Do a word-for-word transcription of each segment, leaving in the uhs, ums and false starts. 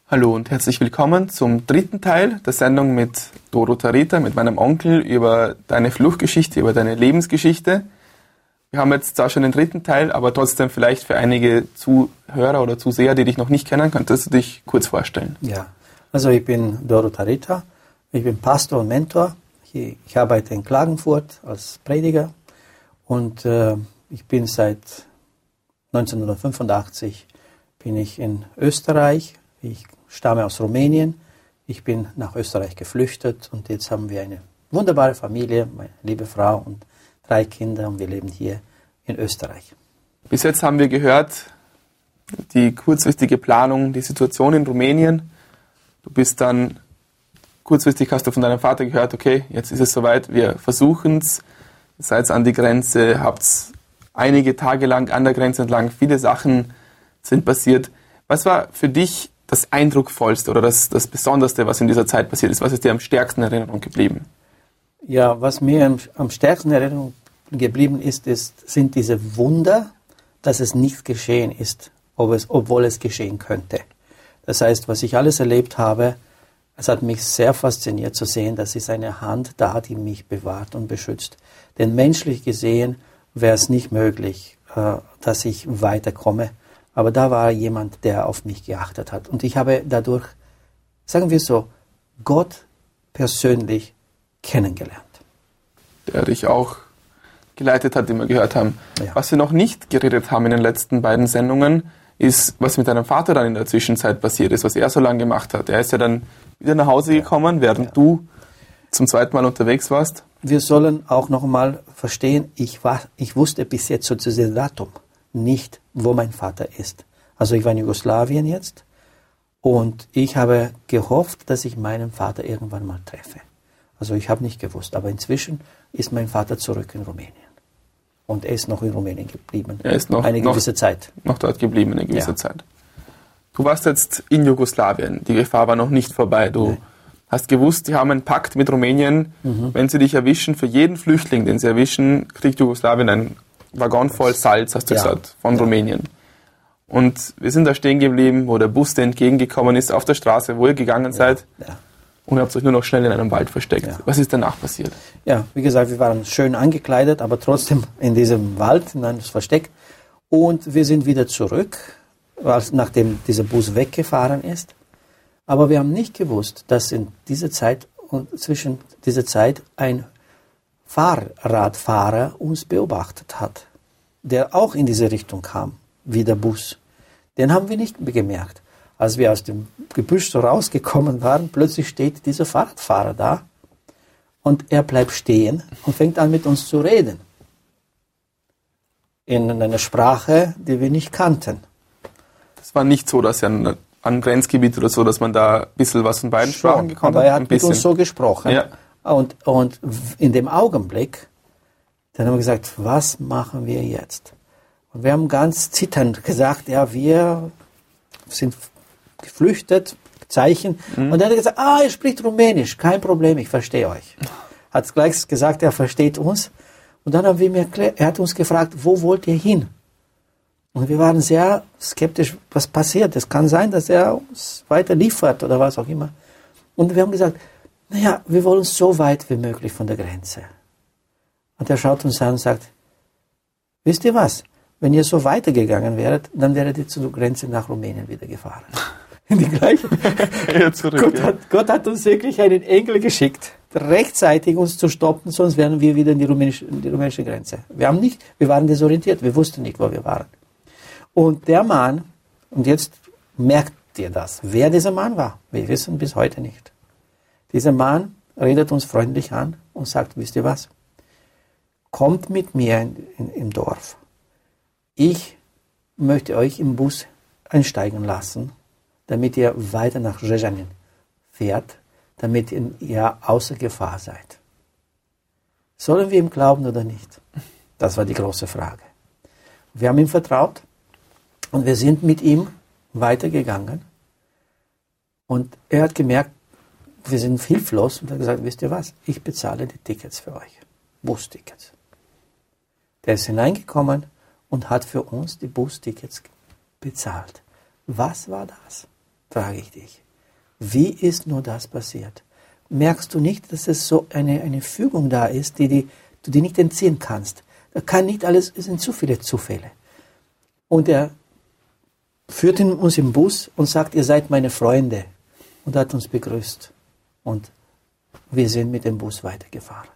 Hallo und herzlich willkommen zum dritten Teil der Sendung mit Doro Tarita, mit meinem Onkel, über deine Fluchtgeschichte, über deine Lebensgeschichte. Wir haben jetzt zwar schon den dritten Teil, aber trotzdem vielleicht für einige Zuhörer oder Zuseher, die dich noch nicht kennen, könntest du dich kurz vorstellen? Ja, also ich bin Doro Tarita, ich bin Pastor und Mentor. Ich, ich arbeite in Klagenfurt als Prediger und äh, ich bin seit neunzehnhundertfünfundachtzig bin ich in Österreich. Ich stamme aus Rumänien. Ich bin nach Österreich geflüchtet und jetzt haben wir eine wunderbare Familie, meine liebe Frau und drei Kinder und wir leben hier in Österreich. Bis jetzt haben wir gehört, die kurzfristige Planung, die Situation in Rumänien. Du bist dann, kurzfristig hast du von deinem Vater gehört, okay, jetzt ist es soweit, wir versuchen es. Seid an die Grenze, habt einige Tage lang an der Grenze entlang, viele Sachen sind passiert. Was war für dich das Eindrucksvollste oder das, das Besonderste, was in dieser Zeit passiert ist? Was ist dir am stärksten in Erinnerung geblieben? Ja, was mir am, am stärksten in Erinnerung geblieben ist, ist, sind diese Wunder, dass es nicht geschehen ist, ob es, obwohl es geschehen könnte. Das heißt, was ich alles erlebt habe, es hat mich sehr fasziniert zu sehen, dass es eine Hand da, die mich bewahrt und beschützt. Denn menschlich gesehen wäre es nicht möglich, äh, dass ich weiterkomme. Aber da war jemand, der auf mich geachtet hat. Und ich habe dadurch, sagen wir so, Gott persönlich kennengelernt. Der dich auch geleitet hat, den wir gehört haben. Ja. Was wir noch nicht geredet haben in den letzten beiden Sendungen, ist, was mit deinem Vater dann in der Zwischenzeit passiert ist, was er so lange gemacht hat. Er ist ja dann wieder nach Hause gekommen, während ja. du zum zweiten Mal unterwegs warst. Wir sollen auch noch einmal verstehen, ich, war, ich wusste bis jetzt zu diesem Datum nicht, wo mein Vater ist. Also ich war in Jugoslawien jetzt und ich habe gehofft, dass ich meinen Vater irgendwann mal treffe. Also ich habe nicht gewusst, aber inzwischen ist mein Vater zurück in Rumänien. Und er ist noch in Rumänien geblieben. Er ist noch eine gewisse noch, Zeit. Noch dort geblieben, eine gewisse ja. Zeit. Du warst jetzt in Jugoslawien. Die Gefahr war noch nicht vorbei. Du nee. hast gewusst, die haben einen Pakt mit Rumänien. Mhm. Wenn sie dich erwischen, für jeden Flüchtling, den sie erwischen, kriegt Jugoslawien einen Waggon voll Salz, hast du ja. gesagt, von ja. Rumänien. Und wir sind da stehen geblieben, wo der Bus dir entgegengekommen ist, auf der Straße, wo ihr gegangen ja. seid. Ja. Und ihr habt euch nur noch schnell in einem Wald versteckt. Ja. Was ist danach passiert? Ja, wie gesagt, wir waren schön angekleidet, aber trotzdem in diesem Wald, in einem Versteck. Und wir sind wieder zurück, nachdem dieser Bus weggefahren ist. Aber wir haben nicht gewusst, dass in dieser Zeit und zwischen dieser Zeit ein Fahrradfahrer uns beobachtet hat, der auch in diese Richtung kam, wie der Bus. Den haben wir nicht gemerkt. Als wir aus dem Gebüsch so rausgekommen waren, plötzlich steht dieser Fahrradfahrer da und er bleibt stehen und fängt an mit uns zu reden. In einer Sprache, die wir nicht kannten. Es war nicht so, dass er an einem Grenzgebiet oder so, dass man da ein bisschen was von beiden Schon, Sprachen gekommen hat? Aber er hat mit uns so gesprochen. Ja. Und, und in dem Augenblick, dann haben wir gesagt, was machen wir jetzt? Und wir haben ganz zitternd gesagt, ja, wir sind geflüchtet, Zeichen. Mhm. Und dann hat er gesagt, ah, er spricht Rumänisch, kein Problem, ich verstehe euch. Hat gleich gesagt, er versteht uns. Und dann haben wir ihm erklärt, er hat uns gefragt, wo wollt ihr hin? Und wir waren sehr skeptisch, was passiert. Es kann sein, dass er uns weiter liefert oder was auch immer. Und wir haben gesagt, naja, wir wollen so weit wie möglich von der Grenze. Und er schaut uns an und sagt, wisst ihr was? Wenn ihr so weitergegangen wäret, dann wäret ihr zur Grenze nach Rumänien wieder gefahren. In die gleiche. ja, zurück, Gott, ja. hat, Gott hat uns wirklich einen Engel geschickt, rechtzeitig uns zu stoppen, sonst wären wir wieder in die rumänische, in die rumänische Grenze. Wir haben nicht, wir waren desorientiert, wir wussten nicht, wo wir waren. Und der Mann, und jetzt merkt ihr das, wer dieser Mann war, wir wissen bis heute nicht. Dieser Mann redet uns freundlich an und sagt, wisst ihr was? Kommt mit mir in, in, im Dorf. Ich möchte euch im Bus einsteigen lassen, damit ihr weiter nach Rzeszów fährt, damit ihr außer Gefahr seid. Sollen wir ihm glauben oder nicht? Das war die große Frage. Wir haben ihm vertraut und wir sind mit ihm weitergegangen. Und er hat gemerkt, wir sind hilflos und hat gesagt, wisst ihr was, ich bezahle die Tickets für euch, Bustickets. Der ist hineingekommen und hat für uns die Bustickets bezahlt. Was war das? frage ich dich. Wie ist nur das passiert? Merkst du nicht, dass es so eine, eine Fügung da ist, die, die du dir nicht entziehen kannst? Da kann nicht alles, es sind zu viele Zufälle. Und er führt uns im Bus und sagt, ihr seid meine Freunde. Und hat uns begrüßt. Und wir sind mit dem Bus weitergefahren.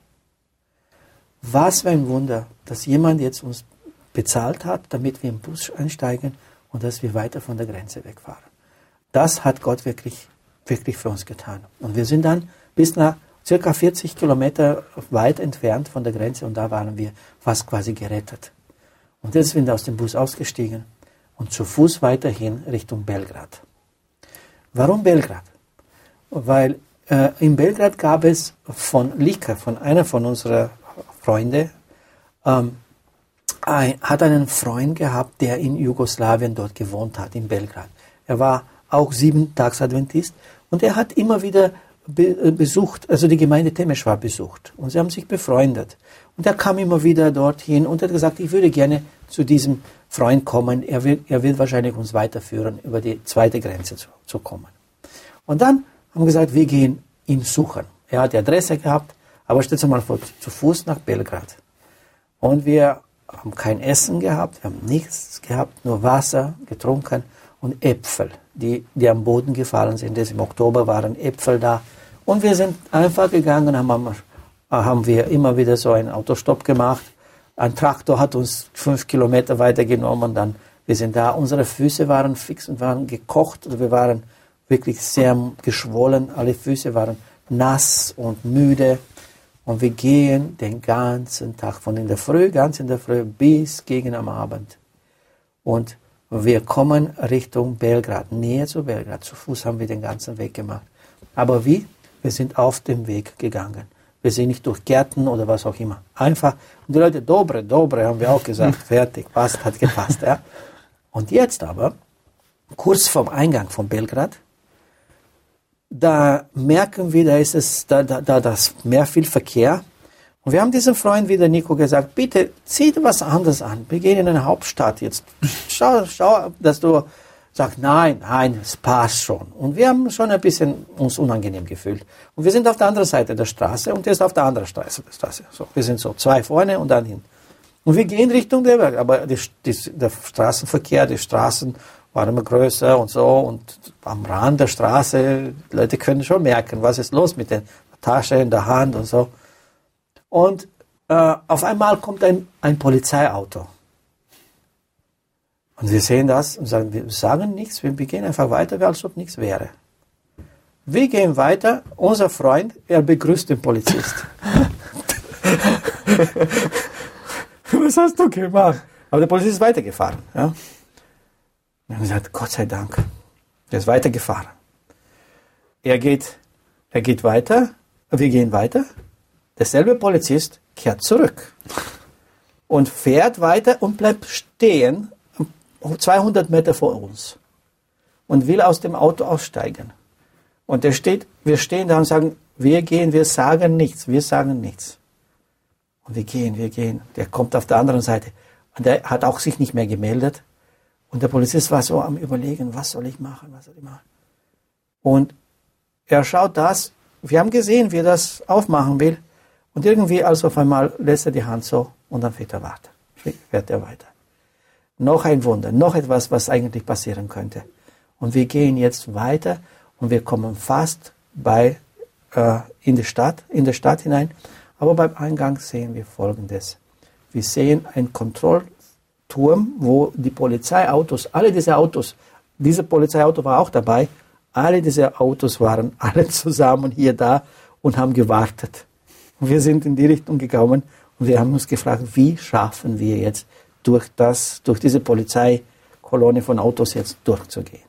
Was für ein Wunder, dass jemand jetzt uns bezahlt hat, damit wir im Bus einsteigen und dass wir weiter von der Grenze wegfahren. Das hat Gott wirklich, wirklich für uns getan. Und wir sind dann bis nach circa vierzig Kilometer weit entfernt von der Grenze und da waren wir fast quasi gerettet. Und jetzt sind wir aus dem Bus ausgestiegen und zu Fuß weiterhin Richtung Belgrad. Warum Belgrad? Weil äh, in Belgrad gab es von Lika, von einer von unseren Freunden, ähm, ein, hat einen Freund gehabt, der in Jugoslawien dort gewohnt hat, in Belgrad. Er war auch Sieben-Tags-Adventist und er hat immer wieder be besucht, also die Gemeinde Temeswar besucht und sie haben sich befreundet. Und er kam immer wieder dorthin und hat gesagt, ich würde gerne zu diesem Freund kommen, er wird, er wird wahrscheinlich uns weiterführen, über die zweite Grenze zu, zu kommen. Und dann haben wir gesagt, wir gehen ihn suchen. Er hat die Adresse gehabt, aber stellt euch mal vor, zu Fuß nach Belgrad. Und wir haben kein Essen gehabt, wir haben nichts gehabt, nur Wasser getrunken und Äpfel, die, die am Boden gefallen sind. Das im Oktober waren Äpfel da. Und wir sind einfach gegangen, haben, haben wir immer wieder so einen Autostopp gemacht. Ein Traktor hat uns fünf Kilometer weiter genommen. Dann, wir sind da, unsere Füße waren fix und waren gekocht. Also wir waren wirklich sehr geschwollen. Alle Füße waren nass und müde. Und wir gehen den ganzen Tag, von in der Früh, ganz in der Früh, bis gegen am Abend. Und wir kommen Richtung Belgrad, näher zu Belgrad. Zu Fuß haben wir den ganzen Weg gemacht. Aber wie? Wir sind auf dem Weg gegangen. Wir sind nicht durch Gärten oder was auch immer. Einfach. Und die Leute, dobre, dobre, haben wir auch gesagt. Fertig, passt, hat gepasst. Ja. Und jetzt aber, kurz vorm Eingang von Belgrad, da merken wir, da ist es, da, da, da das mehr viel Verkehr. Und wir haben diesem Freund wieder, Nico, gesagt, bitte zieh dir was anderes an. Wir gehen in eine Hauptstadt jetzt. Schau, schau, dass du sagst, nein, nein, es passt schon. Und wir haben schon ein bisschen uns unangenehm gefühlt. Und wir sind auf der anderen Seite der Straße und der ist auf der anderen Straße der Straße. So, wir sind so zwei vorne und dann hin. Und wir gehen Richtung der Berg. Aber die, die, der Straßenverkehr, die Straßen waren immer größer und so. Und am Rand der Straße, die Leute können schon merken, was ist los mit der Tasche in der Hand und so. Und äh, auf einmal kommt ein, ein Polizeiauto. Und wir sehen das und sagen, wir sagen nichts, wir gehen einfach weiter, als ob nichts wäre. Wir gehen weiter, unser Freund, er begrüßt den Polizist. Was hast du gemacht? Aber der Polizist ist weitergefahren. Ja? Wir haben gesagt, Gott sei Dank, er ist weitergefahren. Er geht, er geht weiter, wir gehen weiter. Derselbe Polizist kehrt zurück und fährt weiter und bleibt stehen, zweihundert Meter vor uns und will aus dem Auto aussteigen. Und der steht, wir stehen da und sagen, wir gehen, wir sagen nichts, wir sagen nichts. Und wir gehen, wir gehen. Der kommt auf der anderen Seite und der hat auch sich nicht mehr gemeldet. Und der Polizist war so am Überlegen, was soll ich machen, was soll ich machen. Und er schaut das, wir haben gesehen, wie er das aufmachen will. Und irgendwie, also auf einmal, lässt er die Hand so und dann fährt er weiter. Fährt er weiter. Noch ein Wunder, noch etwas, was eigentlich passieren könnte. Und wir gehen jetzt weiter und wir kommen fast bei, äh, in die Stadt, in die Stadt hinein. Aber beim Eingang sehen wir Folgendes. Wir sehen einen Kontrollturm, wo die Polizeiautos, alle diese Autos, dieses Polizeiauto war auch dabei, alle diese Autos waren alle zusammen hier da und haben gewartet. Und wir sind in die Richtung gekommen und wir haben uns gefragt, wie schaffen wir jetzt durch das, durch diese Polizeikolonne von Autos jetzt durchzugehen.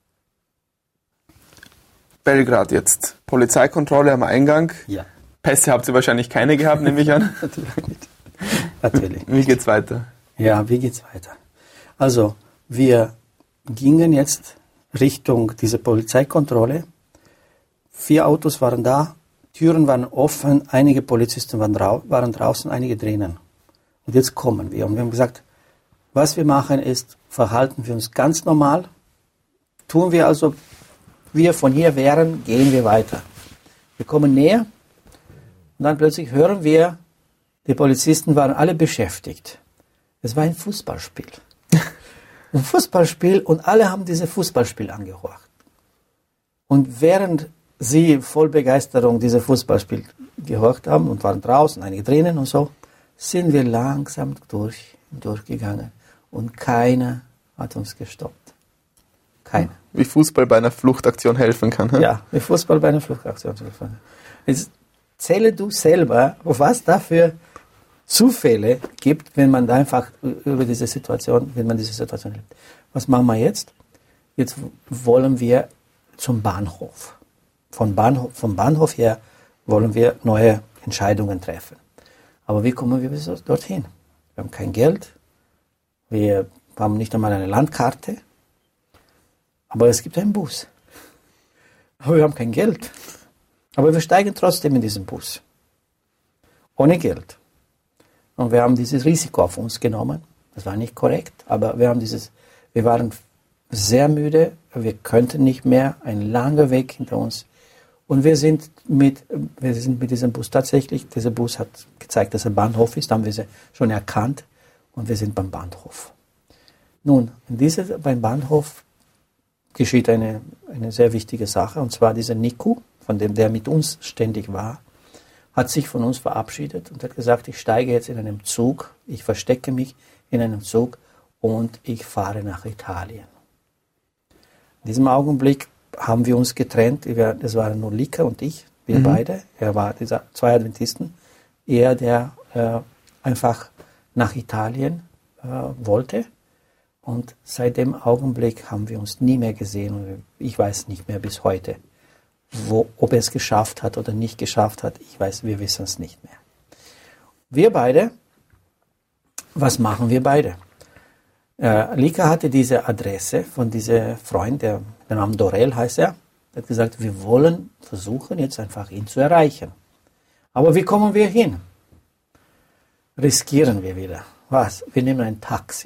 Belgrad jetzt. Polizeikontrolle am Eingang. Ja. Pässe habt ihr wahrscheinlich keine gehabt, nehme ich an. Natürlich nicht. Natürlich. Wie geht's weiter? Ja, wie geht's weiter? Also, wir gingen jetzt Richtung dieser Polizeikontrolle. Vier Autos waren da. Türen waren offen, einige Polizisten waren, drau waren draußen, einige drinnen. Und jetzt kommen wir. Und wir haben gesagt, was wir machen ist, verhalten wir uns ganz normal. Tun wir also, wir von hier wären, gehen wir weiter. Wir kommen näher und dann plötzlich hören wir, die Polizisten waren alle beschäftigt. Es war ein Fußballspiel. Ein Fußballspiel und alle haben dieses Fußballspiel angehorcht. Und während sie voll Begeisterung dieses Fußballspiel gehorcht haben und waren draußen, einige drinnen und so, sind wir langsam durch, durchgegangen und keiner hat uns gestoppt. Keiner. Wie Fußball bei einer Fluchtaktion helfen kann. He? Ja, wie Fußball bei einer Fluchtaktion helfen kann. Jetzt zähle du selber, was da für Zufälle gibt, wenn man da einfach über diese Situation, wenn man diese Situation lebt. Was machen wir jetzt? Jetzt wollen wir zum Bahnhof. Von Bahnhof, vom Bahnhof her wollen wir neue Entscheidungen treffen. Aber wie kommen wir bis dorthin? Wir haben kein Geld, wir haben nicht einmal eine Landkarte, aber es gibt einen Bus. Aber wir haben kein Geld. Aber wir steigen trotzdem in diesen Bus. Ohne Geld. Und wir haben dieses Risiko auf uns genommen. Das war nicht korrekt, aber wir haben dieses, wir waren sehr müde, wir könnten nicht mehr, ein langer Weg hinter uns. Und wir sind mit, wir sind mit diesem Bus tatsächlich, dieser Bus hat gezeigt, dass er Bahnhof ist, haben wir sie schon erkannt und wir sind beim Bahnhof. Nun, in diese, beim Bahnhof geschieht eine, eine sehr wichtige Sache, und zwar dieser Niku, von dem der mit uns ständig war, hat sich von uns verabschiedet und hat gesagt, ich steige jetzt in einem Zug, ich verstecke mich in einem Zug und ich fahre nach Italien. In diesem Augenblick haben wir uns getrennt, es waren nur Lika und ich, wir mhm. beide, er war dieser zwei Adventisten, er, der äh, einfach nach Italien äh, wollte, und seit dem Augenblick haben wir uns nie mehr gesehen und ich weiß nicht mehr bis heute, Wo, ob er es geschafft hat oder nicht geschafft hat, ich weiß, wir wissen es nicht mehr. Wir beide, was machen wir beide? Äh, Lika hatte diese Adresse von diesem Freund, der, der Name Dorel heißt er, der hat gesagt, wir wollen versuchen, jetzt einfach ihn zu erreichen. Aber wie kommen wir hin? Riskieren wir wieder. Was? Wir nehmen ein Taxi.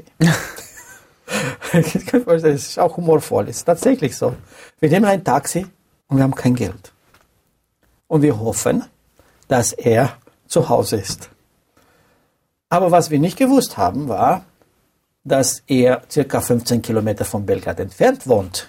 Das ist auch humorvoll, das ist tatsächlich so. Wir nehmen ein Taxi und wir haben kein Geld. Und wir hoffen, dass er zu Hause ist. Aber was wir nicht gewusst haben, war, dass er circa fünfzehn Kilometer von Belgrad entfernt wohnt.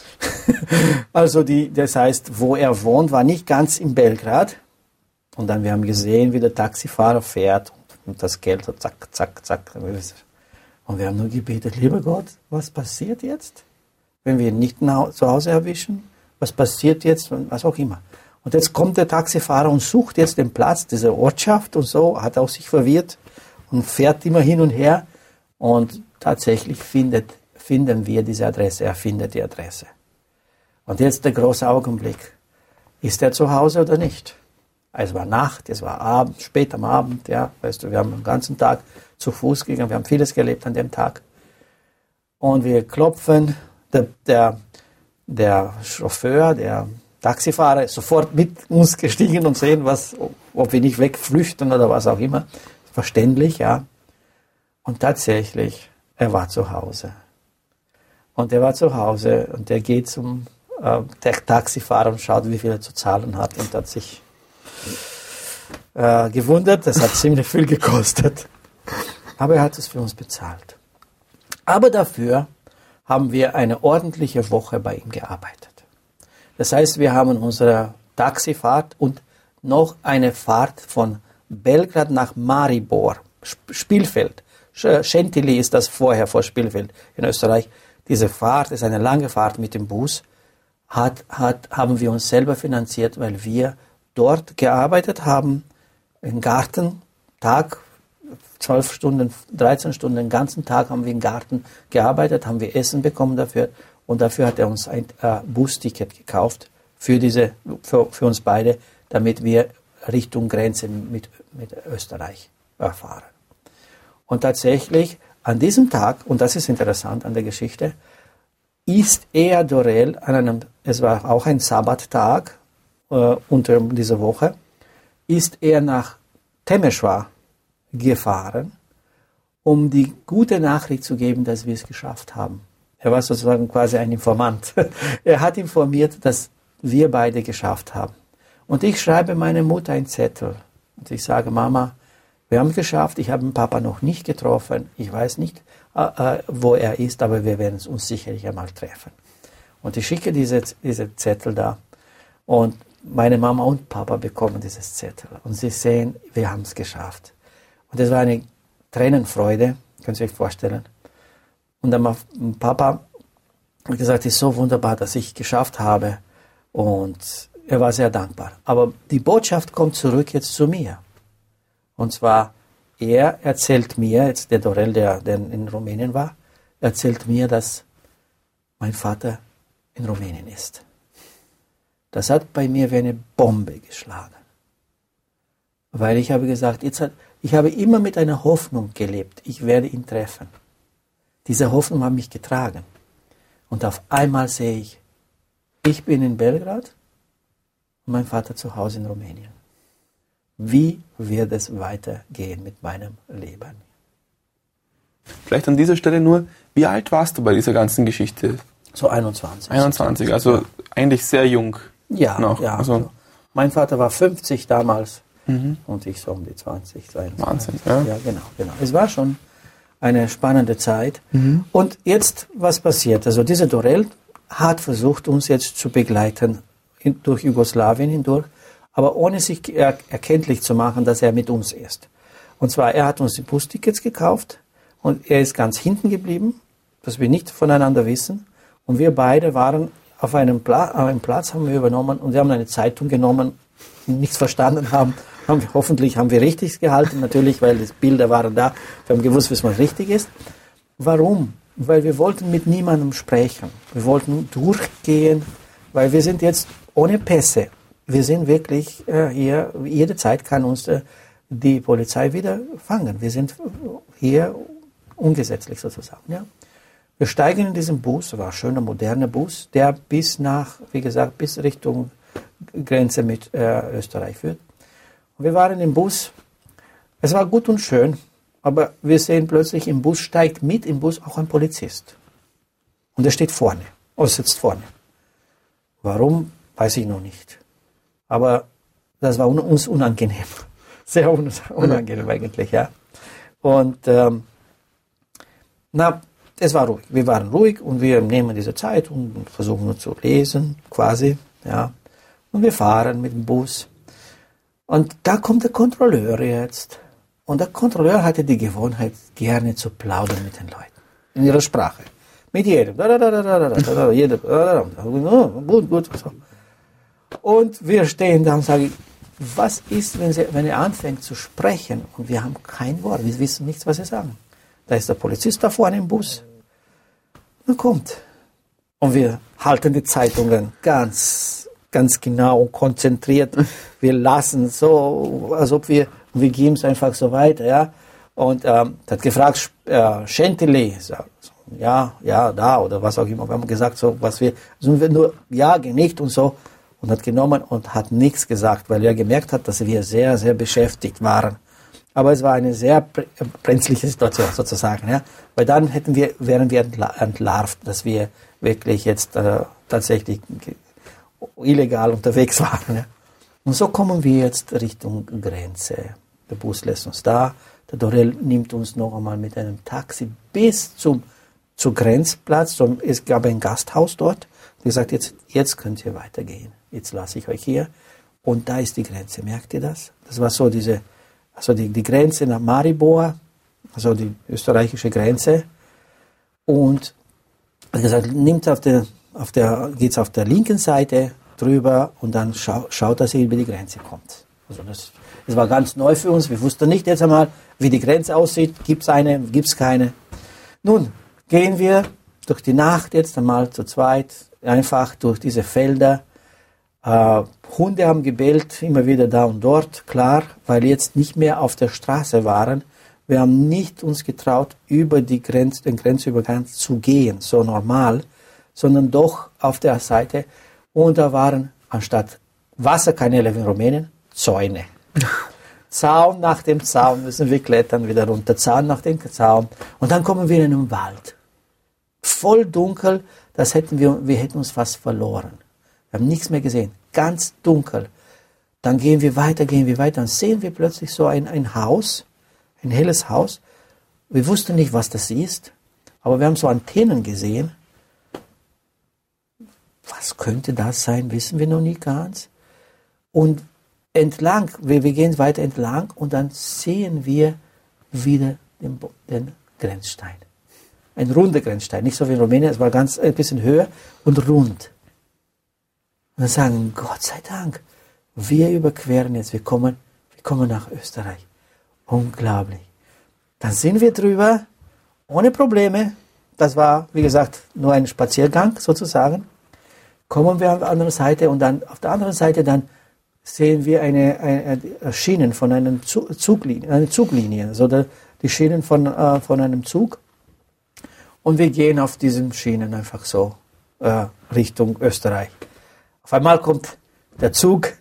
Also die, das heißt, wo er wohnt, war nicht ganz in Belgrad. Und dann wir haben gesehen, wie der Taxifahrer fährt und das Geld so zack, zack, zack. Und wir haben nur gebetet, lieber Gott, was passiert jetzt, wenn wir ihn nicht zu Hause erwischen? Was passiert jetzt, was auch immer. Und jetzt kommt der Taxifahrer und sucht jetzt den Platz, diese Ortschaft und so, hat auch sich verwirrt und fährt immer hin und her. Und tatsächlich findet, finden wir diese Adresse, er findet die Adresse. Und jetzt der große Augenblick. Ist er zu Hause oder nicht? Es war Nacht, es war Abend, spät am Abend, ja, weißt du, wir haben den ganzen Tag zu Fuß gegangen, wir haben vieles gelebt an dem Tag. Und wir klopfen, der, der, der Chauffeur, der Taxifahrer ist sofort mit uns gestiegen und sehen, was, ob wir nicht wegflüchten oder was auch immer. Verständlich, ja. Und tatsächlich, er war zu Hause. Und er war zu Hause und er geht zum äh, der Taxifahrer und schaut, wie viel er zu zahlen hat, und hat sich äh, gewundert. Das hat ziemlich viel gekostet. Aber er hat es für uns bezahlt. Aber dafür haben wir eine ordentliche Woche bei ihm gearbeitet. Das heißt, wir haben unsere Taxifahrt und noch eine Fahrt von Belgrad nach Maribor, Spielfeld. Schentilly ist das vorher vor Spielfeld in Österreich. Diese Fahrt ist eine lange Fahrt mit dem Bus. Hat, hat, haben wir uns selber finanziert, weil wir dort gearbeitet haben, im Garten, Tag, zwölf Stunden, dreizehn Stunden, den ganzen Tag haben wir im Garten gearbeitet, haben wir Essen bekommen dafür, und dafür hat er uns ein äh, Busticket gekauft für, diese, für, für uns beide, damit wir Richtung Grenze mit, mit Österreich fahren. Und tatsächlich an diesem Tag, und das ist interessant an der Geschichte, ist er Dorel an einem, es war auch ein Sabbattag äh, unter dieser Woche, ist er nach Temeshwar gefahren, um die gute Nachricht zu geben, dass wir es geschafft haben. Er war sozusagen quasi ein Informant. Er hat informiert, dass wir beide geschafft haben. Und ich schreibe meiner Mutter einen Zettel. Und ich sage, Mama, wir haben es geschafft, ich habe den Papa noch nicht getroffen. Ich weiß nicht, äh, äh, wo er ist, aber wir werden uns sicherlich einmal treffen. Und ich schicke diese, diese Zettel da. Und meine Mama und Papa bekommen dieses Zettel. Und sie sehen, wir haben es geschafft. Und es war eine Tränenfreude, können Sie sich vorstellen. Und dann hat Papa gesagt, es ist so wunderbar, dass ich geschafft habe. Und er war sehr dankbar. Aber die Botschaft kommt zurück jetzt zu mir. Und zwar, er erzählt mir, jetzt der Dorel, der, der in Rumänien war, erzählt mir, dass mein Vater in Rumänien ist. Das hat bei mir wie eine Bombe geschlagen. Weil ich habe gesagt, jetzt hat, ich habe immer mit einer Hoffnung gelebt, ich werde ihn treffen. Diese Hoffnung hat mich getragen. Und auf einmal sehe ich, ich bin in Belgrad und mein Vater zu Hause in Rumänien. Wie wird es weitergehen mit meinem Leben? Vielleicht an dieser Stelle nur, wie alt warst du bei dieser ganzen Geschichte? So einundzwanzig. einundzwanzig, also ja. Eigentlich sehr jung. Ja, noch. ja. Also mein Vater war fünfzig damals mhm. und ich so um die zwanzig, zweiundzwanzig. Wahnsinn, ja. Ja, genau, genau. Es war schon eine spannende Zeit. Mhm. Und jetzt, was passiert? Also dieser Dorel hat versucht, uns jetzt zu begleiten in, durch Jugoslawien hindurch, aber ohne sich er, erkenntlich zu machen, dass er mit uns ist. Und zwar, er hat uns die Bustickets gekauft und er ist ganz hinten geblieben, dass wir nicht voneinander wissen. Und wir beide waren auf einem, Pla auf einem Platz, haben wir übernommen und wir haben eine Zeitung genommen, nichts verstanden haben. haben wir, hoffentlich haben wir richtig gehalten, natürlich, weil die Bilder waren da. Wir haben gewusst, was richtig ist. Warum? Weil wir wollten mit niemandem sprechen. Wir wollten durchgehen, weil wir sind jetzt ohne Pässe. Wir sind wirklich äh, hier, jede Zeit kann uns äh, die Polizei wieder fangen. Wir sind hier ungesetzlich sozusagen. Ja? Wir steigen in diesen Bus, war ein schöner, moderner Bus, der bis nach, wie gesagt, bis Richtung Grenze mit äh, Österreich führt. Und wir waren im Bus, es war gut und schön, aber wir sehen plötzlich, im Bus steigt mit im Bus auch ein Polizist. Und er steht vorne, oder sitzt vorne. Warum, weiß ich noch nicht. Aber das war un uns unangenehm. Sehr un unangenehm eigentlich, ja. Und ähm, na, es war ruhig. Wir waren ruhig und wir nehmen diese Zeit und versuchen nur zu lesen, quasi, ja. Und wir fahren mit dem Bus. Und da kommt der Kontrolleur jetzt. Und der Kontrolleur hatte die Gewohnheit, gerne zu plaudern mit den Leuten. In ihrer Sprache. Mit jedem. Gut, gut. Und wir stehen da und sagen, was ist, wenn, sie, wenn er anfängt zu sprechen und wir haben kein Wort, wir wissen nichts, was sie sagen. Da ist der Polizist da vorne im Bus. Und kommt. Und wir halten die Zeitungen ganz, ganz genau und konzentriert. Wir lassen so, als ob wir, wir geben es einfach so weiter, ja. Und ähm, hat gefragt, äh, Schentilly, ja, ja, da oder was auch immer. Wir haben gesagt, so, was wir, sind wir nur, ja, genickt und so. Und hat genommen und hat nichts gesagt, weil er gemerkt hat, dass wir sehr, sehr beschäftigt waren. Aber es war eine sehr brenzliche Situation sozusagen, ja. Weil dann hätten wir, wären wir entlarvt, dass wir wirklich jetzt äh, tatsächlich illegal unterwegs waren. Ja. Und so kommen wir jetzt Richtung Grenze. Der Bus lässt uns da. Der Dorel nimmt uns noch einmal mit einem Taxi bis zum, zum Grenzplatz. Es gab ein Gasthaus dort. Er gesagt, jetzt, jetzt könnt ihr weitergehen. Jetzt lasse ich euch hier. Und da ist die Grenze. Merkt ihr das? Das war so diese, also die, die Grenze nach Maribor, also die österreichische Grenze. Und er hat gesagt, nimmt auf der, auf der, geht's auf der linken Seite drüber und dann schau, schaut, dass ihr über die Grenze kommt. Also das, das war ganz neu für uns. Wir wussten nicht jetzt einmal, wie die Grenze aussieht. Gibt's eine, gibt's keine. Nun gehen wir durch die Nacht jetzt einmal zu zweit, einfach durch diese Felder. Äh, Hunde haben gebellt, immer wieder da und dort, klar, weil jetzt nicht mehr auf der Straße waren. Wir haben nicht uns getraut, über die Grenz, den Grenzübergang zu gehen, so normal, sondern doch auf der Seite. Und da waren anstatt Wasserkanäle wie in Rumänien, Zäune. Zaun nach dem Zaun müssen wir klettern wieder runter, Zaun nach dem Zaun. Und dann kommen wir in einen Wald. voll dunkel, das hätten wir, wir hätten uns fast verloren. Wir haben nichts mehr gesehen, ganz dunkel. Dann gehen wir weiter, gehen wir weiter, dann sehen wir plötzlich so ein, ein Haus, ein helles Haus. Wir wussten nicht, was das ist, aber wir haben so Antennen gesehen. Was könnte das sein, wissen wir noch nicht ganz. Und entlang, wir, wir gehen weiter entlang und dann sehen wir wieder den, den Grenzstein. Ein runder Grenzstein, nicht so wie in Rumänien, es war ganz ein bisschen höher und rund. Und dann sagen, Gott sei Dank, wir überqueren jetzt, wir kommen, wir kommen nach Österreich. Unglaublich. Dann sind wir drüber, ohne Probleme. Das war, wie gesagt, nur ein Spaziergang sozusagen. Kommen wir auf die andere Seite und dann auf der anderen Seite dann sehen wir eine, eine, eine Schienen von einem Zug, Zuglinie, eine Zuglinie, also der, die Schienen von, äh, von einem Zug. Und wir gehen auf diesen Schienen einfach so äh, Richtung Österreich. Auf einmal kommt der Zug,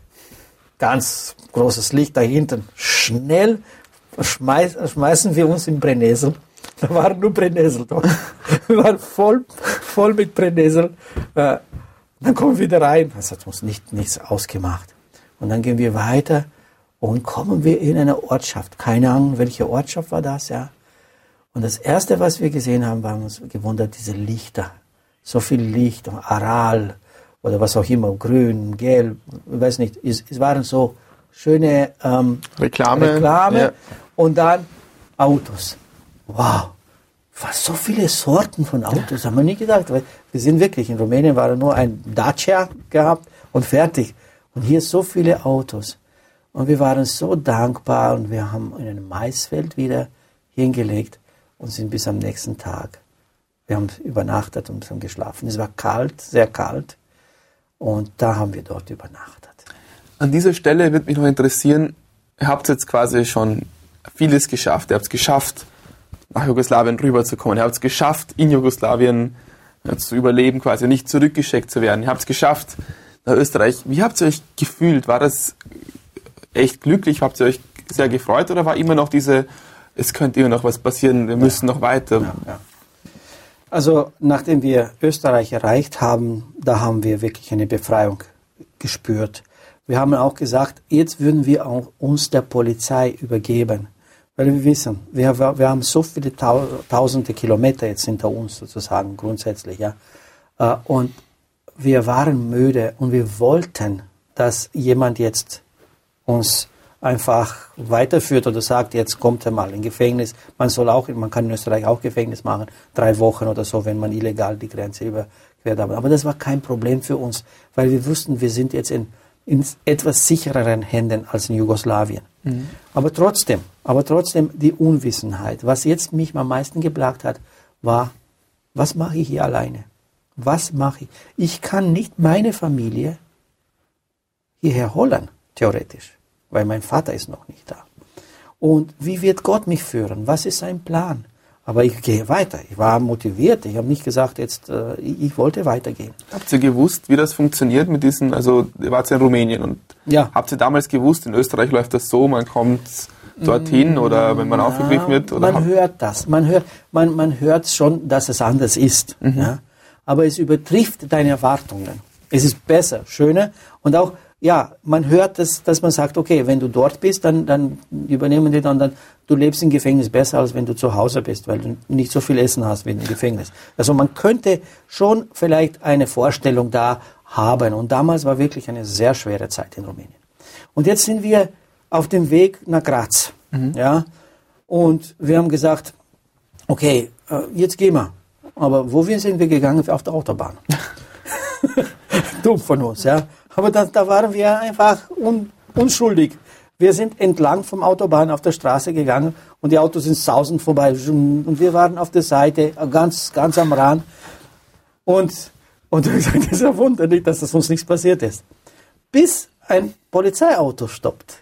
ganz großes Licht da hinten, schnell schmeiß, schmeißen wir uns in Brennnessel. Da waren nur Brennnessel da. Wir waren voll, voll mit Brennnessel. Äh, dann kommen wir wieder rein. Das hat uns nicht, nichts ausgemacht. Und dann gehen wir weiter und kommen wir in eine Ortschaft. Keine Ahnung, welche Ortschaft war das, ja. Und das Erste, was wir gesehen haben, war uns gewundert, diese Lichter. So viel Licht, Aral oder was auch immer, grün, gelb, ich weiß nicht. Es, es waren so schöne ähm, Reklame. Reklame Ja. Und dann Autos. Wow, was so viele Sorten von Autos, haben wir nie gedacht. Weil wir sind wirklich, in Rumänien war nur ein Dacia gehabt und fertig. Und hier so viele Autos. Und wir waren so dankbar und wir haben in einem Maisfeld wieder hingelegt und sind bis am nächsten Tag. Wir haben übernachtet und haben geschlafen. Es war kalt, sehr kalt. Und da haben wir dort übernachtet. An dieser Stelle würde mich noch interessieren, ihr habt jetzt quasi schon vieles geschafft. Ihr habt es geschafft, nach Jugoslawien rüberzukommen. Ihr habt es geschafft, in Jugoslawien ja, zu überleben, quasi nicht zurückgeschickt zu werden. Ihr habt es geschafft, nach Österreich. Wie habt ihr euch gefühlt? War das echt glücklich? Habt ihr euch sehr gefreut oder war immer noch diese, es könnte immer noch was passieren, wir müssen ja. noch weiter? Ja, ja. Also nachdem wir Österreich erreicht haben, da haben wir wirklich eine Befreiung gespürt. Wir haben auch gesagt, jetzt würden wir auch uns der Polizei übergeben. Weil wir wissen, wir, wir haben so viele tausende Kilometer jetzt hinter uns sozusagen grundsätzlich. Ja. Und wir waren müde und wir wollten, dass jemand jetzt uns einfach weiterführt oder sagt, jetzt kommt er mal in Gefängnis. Man soll auch, man kann in Österreich auch Gefängnis machen, drei Wochen oder so, wenn man illegal die Grenze überquert hat. Aber das war kein Problem für uns, weil wir wussten, wir sind jetzt in, in etwas sichereren Händen als in Jugoslawien. Mhm. Aber trotzdem, aber trotzdem die Unwissenheit. Was jetzt mich am meisten geplagt hat, war, was mache ich hier alleine? Was mache ich? Ich kann nicht meine Familie hierher holen, theoretisch, weil mein Vater ist noch nicht da. Und wie wird Gott mich führen? Was ist sein Plan? Aber ich gehe weiter. Ich war motiviert. Ich habe nicht gesagt, jetzt, äh, ich wollte weitergehen. Habt ihr gewusst, wie das funktioniert mit diesen, also ihr wart ja in Rumänien und ja. habt ihr damals gewusst, in Österreich läuft das so, man kommt dorthin oder wenn man ja, aufgegriffen wird? Oder man hört das. Man hört, man, man hört schon, dass es anders ist. Mhm. Ja? Aber es übertrifft deine Erwartungen. Es ist besser, schöner und auch, ja, man hört, dass, dass man sagt, okay, wenn du dort bist, dann, dann übernehmen die dann, dann, du lebst im Gefängnis besser, als wenn du zu Hause bist, weil du nicht so viel Essen hast wie im Gefängnis. Also man könnte schon vielleicht eine Vorstellung da haben. Und damals war wirklich eine sehr schwere Zeit in Rumänien. Und jetzt sind wir auf dem Weg nach Graz. Mhm. Ja, und wir haben gesagt, okay, jetzt gehen wir. Aber wo wir sind wir gegangen? Auf der Autobahn. Dumm von uns, ja. Aber da, da waren wir einfach un, unschuldig. Wir sind entlang vom Autobahn auf der Straße gegangen und die Autos sind sausend vorbei. Und wir waren auf der Seite, ganz, ganz am Rand. Und, und ich sage, das ist ja wunderlich, dass das uns nichts passiert ist. Bis ein Polizeiauto stoppt.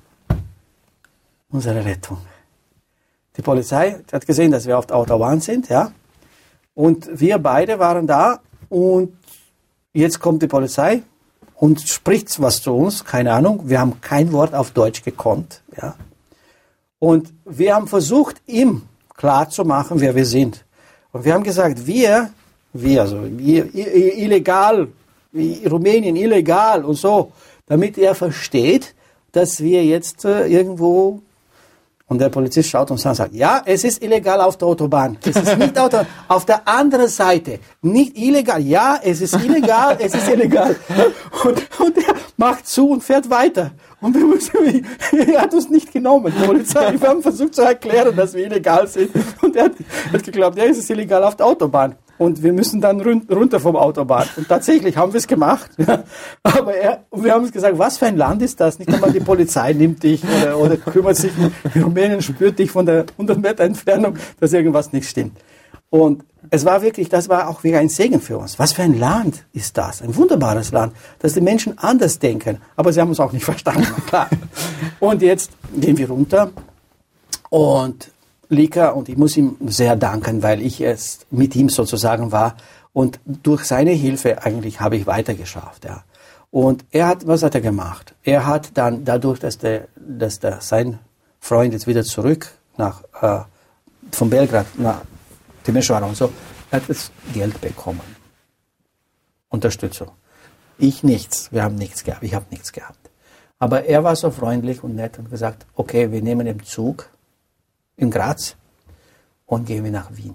Unsere Rettung. Die Polizei hat gesehen, dass wir auf der Autobahn sind, ja. Und wir beide waren da und jetzt kommt die Polizei und spricht was zu uns, keine Ahnung. Wir haben kein Wort auf Deutsch gekonnt, ja. Und wir haben versucht, ihm klarzumachen, wer wir sind. Und wir haben gesagt, wir, wir, also wir, illegal, Rumänien illegal und so, damit er versteht, dass wir jetzt äh, irgendwo, und der Polizist schaut uns an und sagt, ja, es ist illegal auf der Autobahn. Es ist nicht auf der, auf der anderen Seite. Nicht illegal. Ja, es ist illegal, es ist illegal. Und, und er macht zu und fährt weiter. Und wir müssen, er hat uns nicht genommen, die Polizei. Wir haben versucht zu erklären, dass wir illegal sind. Und er hat, hat geglaubt, ja, es ist illegal auf der Autobahn. Und wir müssen dann run runter vom Autobahn. Und tatsächlich haben wir es gemacht. Ja. Aber er, und wir haben uns gesagt, was für ein Land ist das? Nicht einmal die Polizei nimmt dich oder, oder kümmert sich. Rumänien spürt dich von der hundert Meter Entfernung, dass irgendwas nicht stimmt. Und es war wirklich, das war auch wieder ein Segen für uns. Was für ein Land ist das? Ein wunderbares Land, dass die Menschen anders denken. Aber sie haben uns auch nicht verstanden, klar. Und jetzt gehen wir runter und Lika, und ich muss ihm sehr danken, weil ich es mit ihm sozusagen war und durch seine Hilfe eigentlich habe ich weitergeschafft, ja. Und er hat, was hat er gemacht? Er hat dann dadurch, dass der, dass der, sein Freund jetzt wieder zurück nach, äh, von Belgrad nach Timișoara und so, er hat das Geld bekommen. Unterstützung. Ich nichts. Wir haben nichts gehabt. Ich habe nichts gehabt. Aber er war so freundlich und nett und gesagt, okay, wir nehmen den Zug in Graz und gehen wir nach Wien.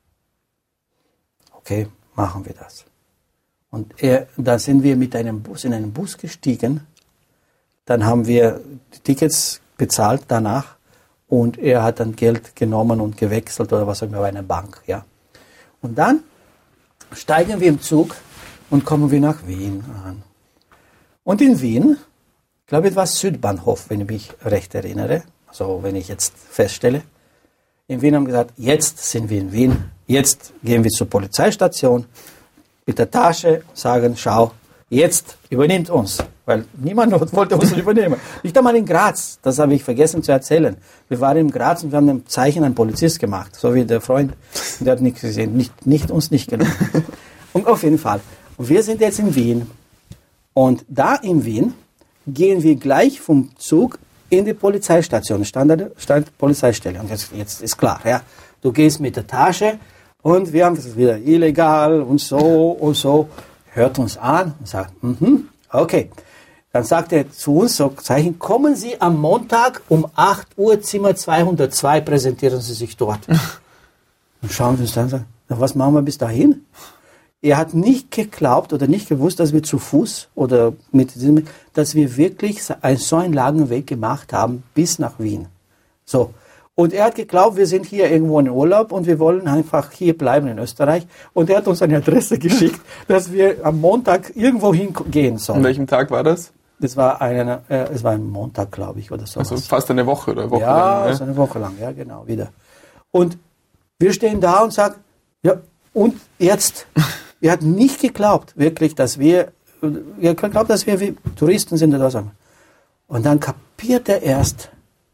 Okay, machen wir das. Und er, da sind wir mit einem Bus, in einen Bus gestiegen. Dann haben wir die Tickets bezahlt danach und er hat dann Geld genommen und gewechselt oder was auch immer bei einer Bank, ja. Und dann steigen wir im Zug und kommen wir nach Wien an. Und in Wien, ich glaube, es war Südbahnhof, wenn ich mich recht erinnere, also wenn ich jetzt feststelle, in Wien haben wir gesagt, jetzt sind wir in Wien, jetzt gehen wir zur Polizeistation mit der Tasche und sagen, schau, jetzt übernimmt uns, weil niemand wollte uns übernehmen. Nicht einmal in Graz, das habe ich vergessen zu erzählen. Wir waren in Graz und wir haben ein Zeichen an den Polizist gemacht, so wie der Freund, der hat nichts gesehen, nicht, nicht uns nicht genommen. Und auf jeden Fall. Und wir sind jetzt in Wien und da in Wien gehen wir gleich vom Zug in die Polizeistation, stand, stand Polizeistelle. Und jetzt, jetzt ist klar, ja, du gehst mit der Tasche und wir haben das wieder illegal und so und so. Hört uns an und sagt, mhm, okay. Dann sagt er zu uns, so Zeichen, kommen Sie am Montag um acht Uhr, Zimmer zweihundertzwei, präsentieren Sie sich dort. Und schauen wir uns dann und sagen, na, was machen wir bis dahin? Er hat nicht geglaubt oder nicht gewusst, dass wir zu Fuß oder mit diesem, dass wir wirklich so einen langen Weg gemacht haben bis nach Wien. So. Und er hat geglaubt, wir sind hier irgendwo in Urlaub und wir wollen einfach hier bleiben in Österreich. Und er hat uns eine Adresse geschickt, dass wir am Montag irgendwo hingehen sollen. An welchem Tag war das? Das war eine, äh, es war ein Montag, glaube ich, oder so. Also fast eine Woche oder eine Woche ja, lang. Ja, also eine Woche lang, ja, genau, wieder. Und wir stehen da und sagen, ja, und jetzt? Er hat nicht geglaubt, wirklich, dass wir, er hat geglaubt, dass wir wie Touristen sind oder so. Und dann kapiert er erst,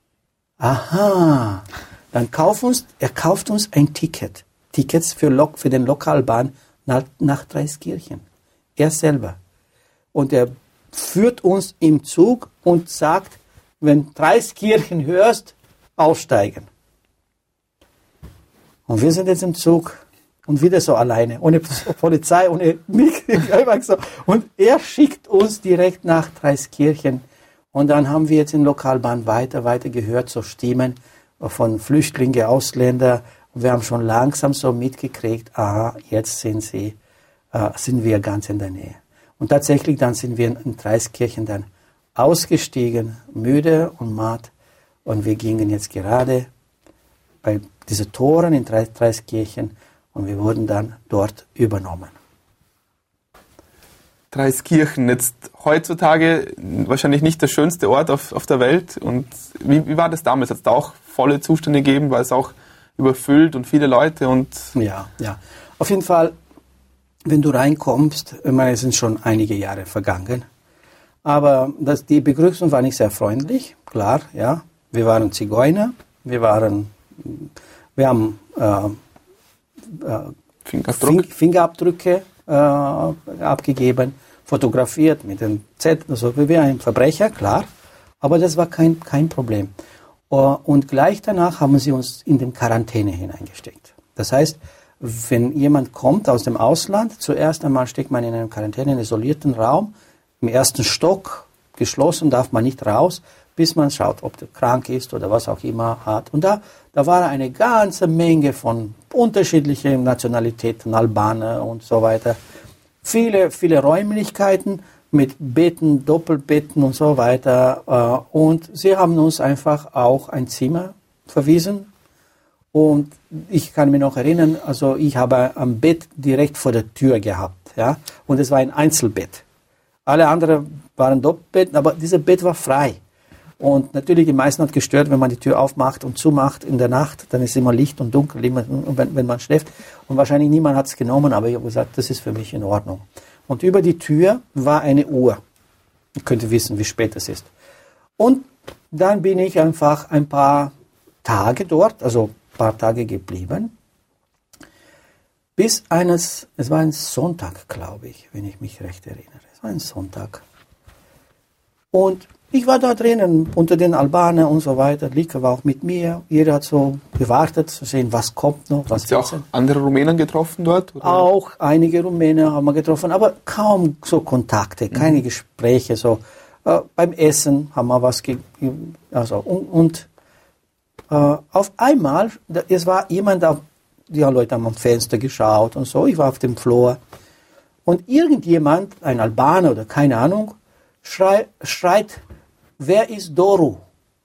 aha, dann kauft uns, er kauft uns ein Ticket, Tickets für, Lok, für den Lokalbahn nach, nach Dreiskirchen. Er selber. Und er führt uns im Zug und sagt, wenn Dreiskirchen hörst, aussteigen. Und wir sind jetzt im Zug. Und wieder so alleine, ohne Polizei, ohne mich. Und er schickt uns direkt nach Dreiskirchen. Und dann haben wir jetzt in Lokalbahn weiter, weiter gehört, so Stimmen von Flüchtlingen, Ausländer. Und wir haben schon langsam so mitgekriegt, aha, jetzt sind sie, äh, sind wir ganz in der Nähe. Und tatsächlich dann sind wir in Dreiskirchen dann ausgestiegen, müde und matt. Und wir gingen jetzt gerade bei diesen Toren in Dreiskirchen. Und wir wurden dann dort übernommen. Dreiskirchen, jetzt heutzutage wahrscheinlich nicht der schönste Ort auf, auf der Welt. Und wie, wie war das damals? Hat es da auch volle Zustände gegeben? War es auch überfüllt und viele Leute? Und ja, ja. Auf jeden Fall, wenn du reinkommst, ich meine, es sind schon einige Jahre vergangen. Aber das, die Begrüßung war nicht sehr freundlich, klar, ja. Wir waren Zigeuner, wir waren, wir haben äh, Fingerabdruck. Fingerabdrücke äh, abgegeben, fotografiert mit dem Z, also wie ein Verbrecher, klar, aber das war kein, kein Problem. Uh, und gleich danach haben sie uns in den Quarantäne hineingesteckt. Das heißt, wenn jemand kommt aus dem Ausland, zuerst einmal steckt man in einem Quarantäne, isolierten Raum, im ersten Stock, geschlossen, darf man nicht raus, bis man schaut, ob der krank ist oder was auch immer hat. Und da, da war eine ganze Menge von unterschiedlichen Nationalitäten, Albaner und so weiter. Viele, viele Räumlichkeiten mit Betten, Doppelbetten und so weiter. Und sie haben uns einfach auch ein Zimmer verwiesen. Und ich kann mich noch erinnern, also ich habe ein Bett direkt vor der Tür gehabt, ja. Und es war ein Einzelbett. Alle anderen waren Doppelbetten, aber dieses Bett war frei. Und natürlich, die meisten hat gestört, wenn man die Tür aufmacht und zumacht in der Nacht, dann ist immer Licht und dunkel, wenn, wenn man schläft. Und wahrscheinlich niemand hat es genommen, aber ich habe gesagt, das ist für mich in Ordnung. Und über die Tür war eine Uhr. Ich könnte wissen, wie spät es ist. Und dann bin ich einfach ein paar Tage dort, also ein paar Tage geblieben, bis eines, es war ein Sonntag, glaube ich, wenn ich mich recht erinnere. Es war ein Sonntag. Und ich war da drinnen, unter den Albanern und so weiter. Lika war auch mit mir. Jeder hat so gewartet, zu sehen, was kommt noch. Was Hast du auch andere Rumänen getroffen dort? Oder? Auch einige Rumänen haben wir getroffen, aber kaum so Kontakte, keine mhm. Gespräche. So äh, beim Essen haben wir was gegeben. Also, und und äh, auf einmal, es war jemand, auf, die Leute haben am Fenster geschaut und so. Ich war auf dem Flur. Und irgendjemand, ein Albaner oder keine Ahnung, schrei, schreit, wer ist Doru?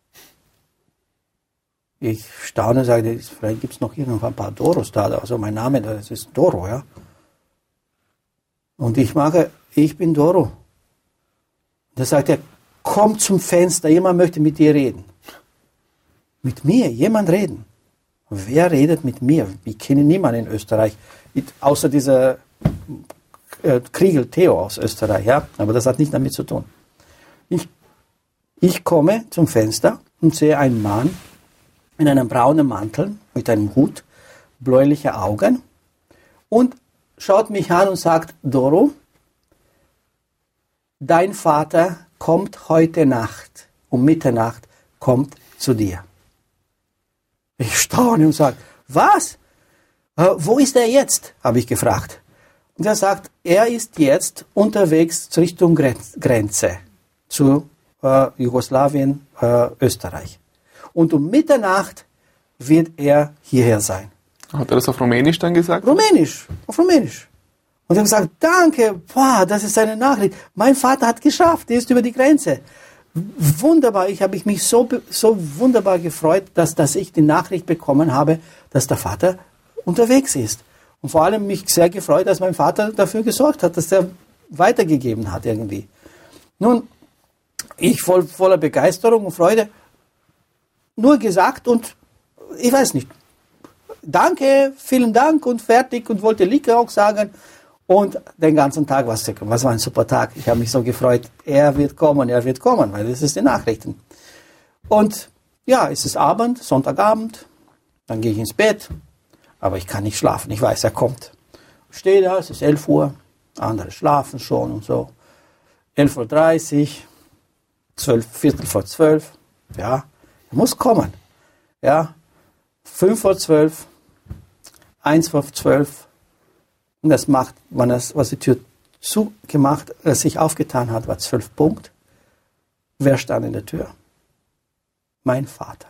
Ich staune und sage, vielleicht gibt es noch irgendwann ein paar Doros da. Also mein Name, das ist Doro, ja. Und ich mache, ich bin Doro. Da sagt er, komm zum Fenster, jemand möchte mit dir reden. Mit mir, jemand reden. Wer redet mit mir? Ich kenne niemanden in Österreich, außer dieser äh, Kriegel Theo aus Österreich, ja. Aber das hat nichts damit zu tun. Ich, ich komme zum Fenster und sehe einen Mann in einem braunen Mantel mit einem Hut, bläuliche Augen und schaut mich an und sagt, Doro, dein Vater kommt heute Nacht, um Mitternacht, kommt zu dir. Ich staune und sage, was? Äh, wo ist er jetzt? Habe ich gefragt. Und er sagt, er ist jetzt unterwegs Richtung Grenze zu äh, Jugoslawien, äh, Österreich. Und um Mitternacht wird er hierher sein. Hat er das auf Rumänisch dann gesagt? Rumänisch, auf Rumänisch. Und er hat gesagt, danke, wow, das ist eine Nachricht. Mein Vater hat geschafft, er ist über die Grenze. Wunderbar, ich habe mich so, so wunderbar gefreut, dass, dass ich die Nachricht bekommen habe, dass der Vater unterwegs ist. Und vor allem mich sehr gefreut, dass mein Vater dafür gesorgt hat, dass er weitergegeben hat irgendwie. Nun, ich voll, voller Begeisterung und Freude, nur gesagt und ich weiß nicht, danke, vielen Dank und fertig und wollte Lika auch sagen. Und den ganzen Tag war es, was war ein super Tag. Ich habe mich so gefreut, er wird kommen, er wird kommen, weil das ist die Nachrichten. Und ja, es ist Abend, Sonntagabend, dann gehe ich ins Bett, aber ich kann nicht schlafen, ich weiß, er kommt. Ich stehe da, es ist elf Uhr, andere schlafen schon und so. elf Uhr dreißig, zwölf, Viertel vor zwölf, ja, er muss kommen. Ja, fünf vor zwölf, eins vor zwölf. Und das macht, wenn das, was die Tür zugemacht, äh, sich aufgetan hat, war zwölf Punkt. Wer stand in der Tür? Mein Vater.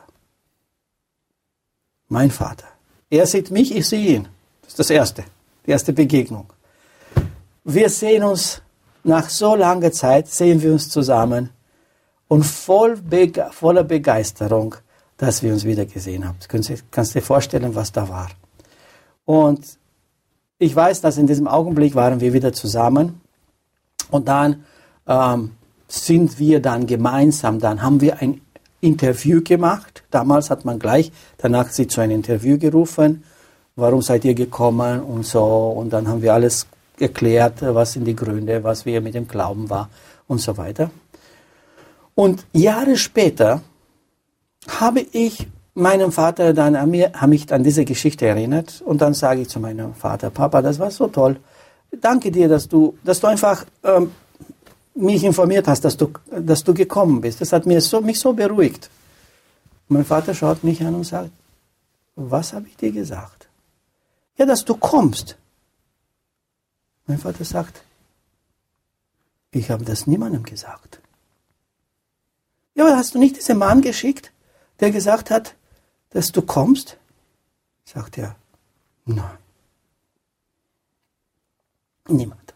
Mein Vater. Er sieht mich, ich sehe ihn. Das ist das Erste. Die erste Begegnung. Wir sehen uns, nach so langer Zeit sehen wir uns zusammen und voll bege- voller Begeisterung, dass wir uns wieder gesehen haben. Kannst du kannst dir vorstellen, was da war. Und ich weiß, dass in diesem Augenblick waren wir wieder zusammen und dann ähm, sind wir dann gemeinsam, dann haben wir ein Interview gemacht. Damals hat man gleich danach sie zu einem Interview gerufen. Warum seid ihr gekommen und so. Und dann haben wir alles erklärt, was sind die Gründe, was wir mit dem Glauben war und so weiter. Und Jahre später habe ich meinem Vater dann an mir, habe mich an diese Geschichte erinnert und dann sage ich zu meinem Vater, Papa, das war so toll. Danke dir, dass du, dass du einfach ähm, mich informiert hast, dass du, dass du gekommen bist. Das hat mir so, mich so beruhigt. Und mein Vater schaut mich an und sagt, was habe ich dir gesagt? Ja, dass du kommst. Mein Vater sagt, ich habe das niemandem gesagt. Ja, aber hast du nicht diesen Mann geschickt, der gesagt hat, dass du kommst? Sagt er, nein. Niemand.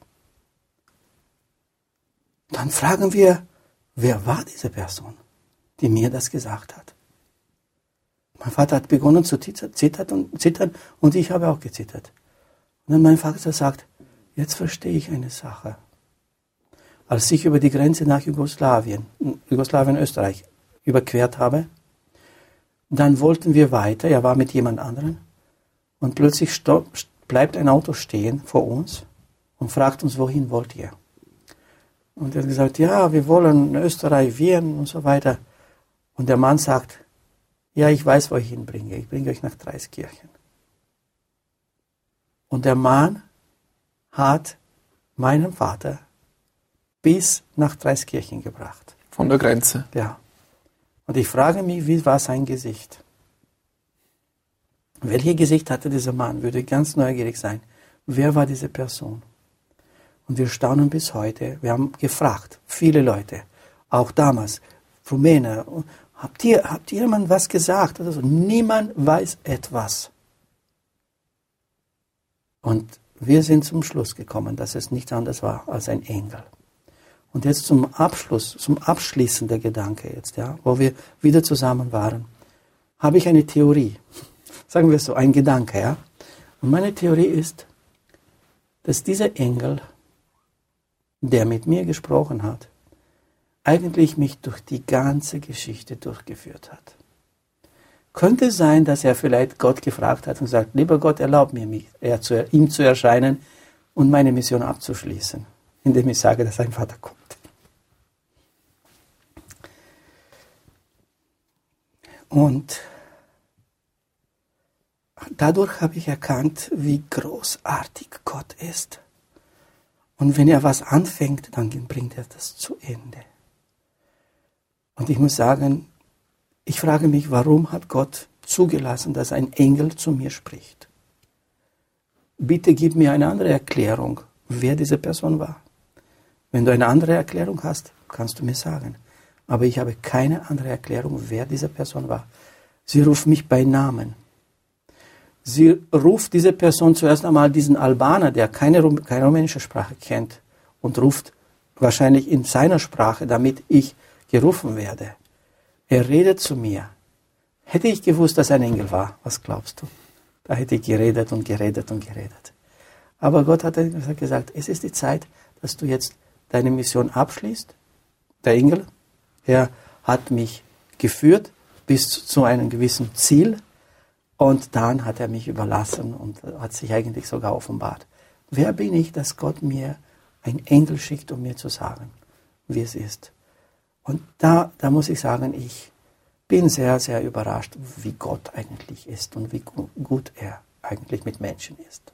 Dann fragen wir, wer war diese Person, die mir das gesagt hat? Mein Vater hat begonnen zu zittern und, zittern und ich habe auch gezittert. Und dann mein Vater sagt, jetzt verstehe ich eine Sache. Als ich über die Grenze nach Jugoslawien, Jugoslawien, Österreich überquert habe, dann wollten wir weiter, er war mit jemand anderem, und plötzlich stopp, bleibt ein Auto stehen vor uns und fragt uns, wohin wollt ihr? Und er hat gesagt, ja, wir wollen Österreich, Wien und so weiter. Und der Mann sagt, ja, ich weiß, wo ich hinbringe. Ich bringe euch nach Dreiskirchen. Und der Mann hat meinen Vater bis nach Dreiskirchen gebracht. Von der Grenze. Ja. Und ich frage mich, wie war sein Gesicht? Welches Gesicht hatte dieser Mann? Würde ganz neugierig sein. Wer war diese Person? Und wir staunen bis heute. Wir haben gefragt, viele Leute, auch damals, Rumänen, habt ihr, habt ihr jemand was gesagt? Oder so? Niemand weiß etwas. Und wir sind zum Schluss gekommen, dass es nichts anderes war als ein Engel. Und jetzt zum Abschluss, zum Abschließen der Gedanke jetzt, ja, wo wir wieder zusammen waren, habe ich eine Theorie. Sagen wir so, ein Gedanke, ja. Und meine Theorie ist, dass dieser Engel, der mit mir gesprochen hat, eigentlich mich durch die ganze Geschichte durchgeführt hat. Könnte sein, dass er vielleicht Gott gefragt hat und sagt, lieber Gott, erlaub mir, mich, er zu, ihm zu erscheinen und meine Mission abzuschließen, indem ich sage, dass sein Vater kommt. Und dadurch habe ich erkannt, wie großartig Gott ist. Und wenn er was anfängt, dann bringt er das zu Ende. Und ich muss sagen, ich frage mich, warum hat Gott zugelassen, dass ein Engel zu mir spricht? Bitte gib mir eine andere Erklärung, wer diese Person war. Wenn du eine andere Erklärung hast, kannst du mir sagen. Aber ich habe keine andere Erklärung, wer diese Person war. Sie ruft mich bei Namen. Sie ruft diese Person zuerst einmal, diesen Albaner, der keine, keine rumänische Sprache kennt, und ruft wahrscheinlich in seiner Sprache, damit ich gerufen werde. Er redet zu mir. Hätte ich gewusst, dass er ein Engel war, was glaubst du? Da hätte ich geredet und geredet und geredet. Aber Gott hat gesagt, es ist die Zeit, dass du jetzt deine Mission abschließt. Der Engel, er hat mich geführt bis zu einem gewissen Ziel. Und dann hat er mich überlassen und hat sich eigentlich sogar offenbart. Wer bin ich, dass Gott mir einen Engel schickt, um mir zu sagen, wie es ist? Und da, da muss ich sagen, ich bin sehr, sehr überrascht, wie Gott eigentlich ist und wie gut er eigentlich mit Menschen ist.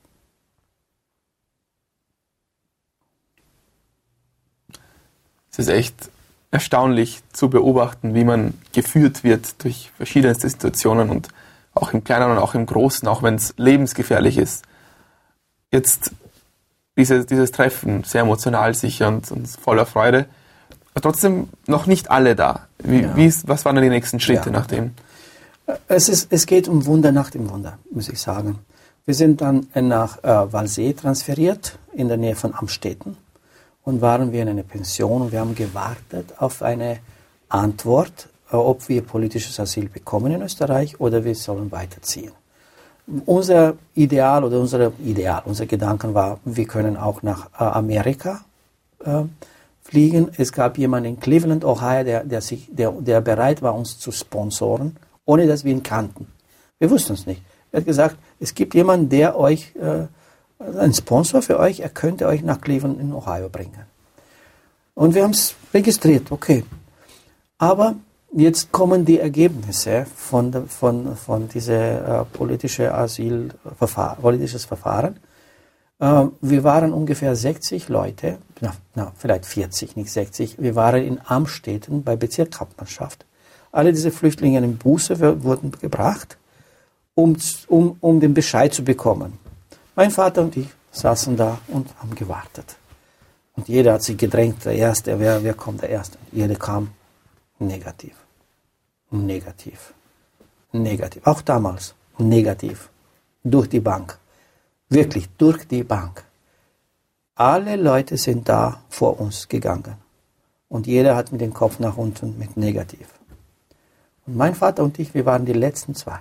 Es ist echt erstaunlich zu beobachten, wie man geführt wird durch verschiedenste Situationen und auch im Kleinen und auch im Großen, auch wenn es lebensgefährlich ist. Jetzt dieses, dieses Treffen, sehr emotional sicher und, und voller Freude. Aber trotzdem noch nicht alle da. Wie, Ja. wie ist, was waren denn die nächsten Schritte Ja. nach dem? Es, ist, es geht um Wunder nach dem Wunder, muss ich sagen. Wir sind dann nach äh, Walsee transferiert, in der Nähe von Amstetten, und waren wir in einer Pension und wir haben gewartet auf eine Antwort, ob wir politisches Asyl bekommen in Österreich oder wir sollen weiterziehen. Unser Ideal oder unser Ideal, unser Gedanken war, wir können auch nach äh, Amerika äh, fliegen. Es gab jemanden in Cleveland, Ohio, der, der, sich, der, der bereit war, uns zu sponsoren, ohne dass wir ihn kannten. Wir wussten es nicht. Er hat gesagt, es gibt jemanden, der euch, äh, ein Sponsor für euch, er könnte euch nach Cleveland in Ohio bringen. Und wir haben es registriert, okay. Aber jetzt kommen die Ergebnisse von, von, von diesem äh, politische Asylverfahren, politisches Verfahren. Äh, wir waren ungefähr sechzig Leute, na, na, vielleicht vierzig, nicht sechzig. Wir waren in Amstetten bei Bezirkshauptmannschaft. Alle diese Flüchtlinge in Buße wurden gebracht, um, um, um den Bescheid zu bekommen. Mein Vater und ich saßen da und haben gewartet. Und jeder hat sich gedrängt, der Erste, wer, wer kommt der Erste? Jeder kam negativ, negativ, negativ. Auch damals negativ, durch die Bank. Wirklich, durch die Bank. Alle Leute sind da vor uns gegangen. Und jeder hat mit dem Kopf nach unten mit negativ. Und mein Vater und ich, wir waren die letzten zwei.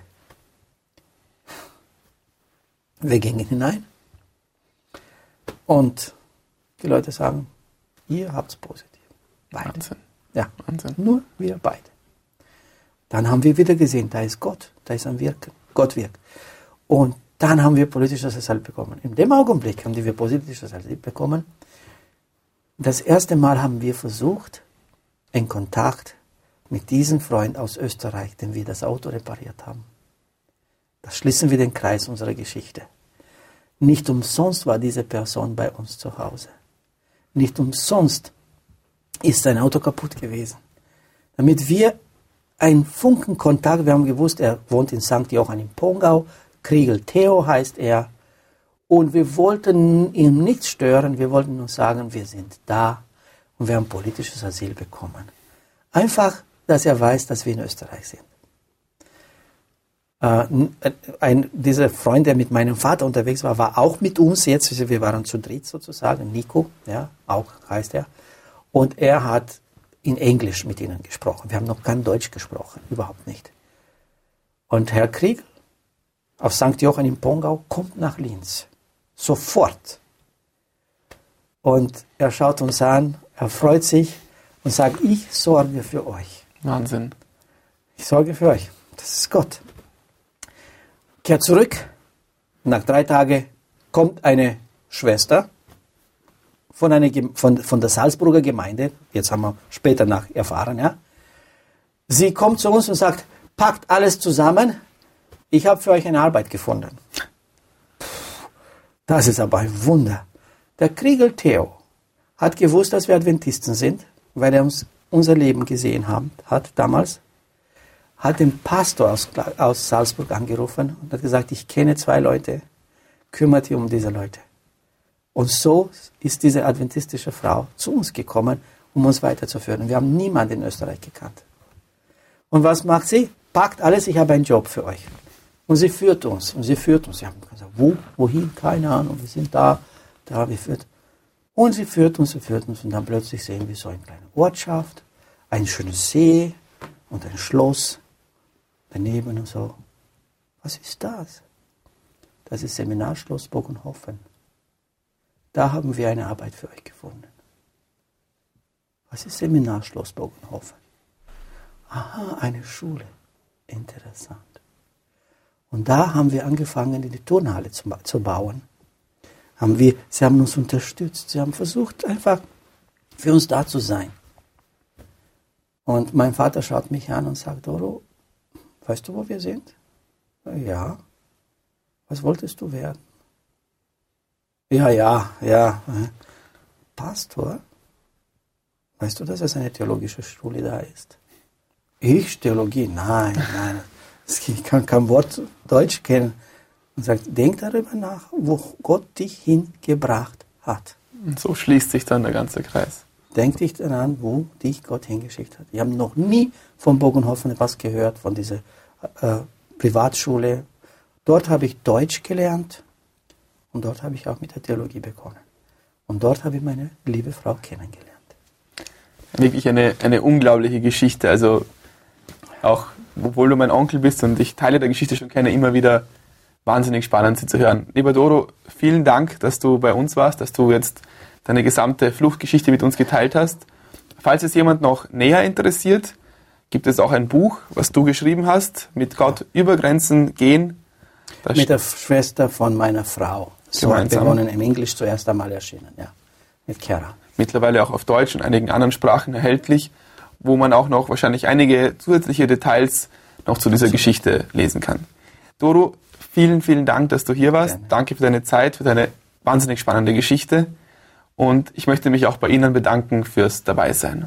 Wir gingen hinein. Und die Leute sagen, ihr habt's positiv. Beide. Wahnsinn. Ja, Wahnsinn. Nur wir beide. Dann haben wir wieder gesehen, da ist Gott, da ist am Wirken. Gott wirkt. Und dann haben wir politisches Asylum bekommen. In dem Augenblick haben wir politisches Asylum bekommen. Das erste Mal haben wir versucht, in Kontakt mit diesem Freund aus Österreich, dem wir das Auto repariert haben. Da schließen wir den Kreis unserer Geschichte. Nicht umsonst war diese Person bei uns zu Hause. Nicht umsonst ist sein Auto kaputt gewesen. Damit wir einen Funkenkontakt, wir haben gewusst, er wohnt in Sankt Johann im Pongau, Kriegel Theo heißt er. Und wir wollten ihn nicht stören, wir wollten nur sagen, wir sind da und wir haben politisches Asyl bekommen. Einfach, dass er weiß, dass wir in Österreich sind. Äh, ein, dieser Freund, der mit meinem Vater unterwegs war, war auch mit uns jetzt, wir waren zu dritt sozusagen, Nico, ja, auch heißt er. Und er hat in Englisch mit ihnen gesprochen. Wir haben noch kein Deutsch gesprochen, überhaupt nicht. Und Herr Kriegel auf Sankt Johann im Pongau kommt nach Linz. Sofort. Und er schaut uns an, er freut sich und sagt, ich sorge für euch. Wahnsinn. Ich sorge für euch. Das ist Gott. Kehrt zurück. Nach drei Tagen kommt eine Schwester von, einer, von, von der Salzburger Gemeinde. Jetzt haben wir später nach erfahren. Ja. Sie kommt zu uns und sagt, packt alles zusammen. Ich habe für euch eine Arbeit gefunden. Das ist aber ein Wunder. Der Kriegel Theo hat gewusst, dass wir Adventisten sind, weil er uns unser Leben gesehen haben, hat damals, hat den Pastor aus, aus Salzburg angerufen und hat gesagt, ich kenne zwei Leute, kümmert ihr um diese Leute. Und so ist diese adventistische Frau zu uns gekommen, um uns weiterzuführen. Wir haben niemanden in Österreich gekannt. Und was macht sie? Packt alles, ich habe einen Job für euch. Und sie führt uns, und sie führt uns. Sie haben gesagt, wo, wohin, keine Ahnung, wir sind da, da, wir führt. Und sie führt uns, sie führt uns, und dann plötzlich sehen wir so eine kleine Ortschaft, einen schönen See und ein Schloss daneben und so. Was ist das? Das ist Seminarschloss Bogenhofen. Da haben wir eine Arbeit für euch gefunden. Was ist Seminarschloss Bogenhofen? Aha, eine Schule. Interessant. Und da haben wir angefangen, die Turnhalle zu, zu bauen. Haben wir, sie haben uns unterstützt. Sie haben versucht, einfach für uns da zu sein. Und mein Vater schaut mich an und sagt, Doro, weißt du, wo wir sind? Ja. Was wolltest du werden? Ja, ja, ja. Pastor? Weißt du, dass es eine theologische Schule da ist? Ich? Theologie? Nein, nein. Ich kann kein Wort Deutsch kennen. Und sagt, denk darüber nach, wo Gott dich hingebracht hat. Und so schließt sich dann der ganze Kreis. Denk dich daran, wo dich Gott hingeschickt hat. Ich habe noch nie von Bogenhofen etwas gehört, von dieser äh, Privatschule. Dort habe ich Deutsch gelernt und dort habe ich auch mit der Theologie begonnen. Und dort habe ich meine liebe Frau kennengelernt. Wirklich eine, eine unglaubliche Geschichte. Also auch, obwohl du mein Onkel bist und ich Teile der Geschichte schon kenne, immer wieder wahnsinnig spannend, sie zu hören. Lieber Doro, vielen Dank, dass du bei uns warst, dass du jetzt deine gesamte Fluchtgeschichte mit uns geteilt hast. Falls es jemand noch näher interessiert, gibt es auch ein Buch, was du geschrieben hast, mit Gott über Grenzen gehen. Das mit der Schwester von meiner Frau. So gemeinsam. begonnen im Englisch zuerst einmal erschienen, ja. Mit Kera. Mittlerweile auch auf Deutsch und einigen anderen Sprachen erhältlich, wo man auch noch wahrscheinlich einige zusätzliche Details noch zu dieser Geschichte lesen kann. Doro, vielen, vielen Dank, dass du hier warst. Gerne. Danke für deine Zeit, für deine wahnsinnig spannende Geschichte. Und ich möchte mich auch bei Ihnen bedanken fürs Dabeisein.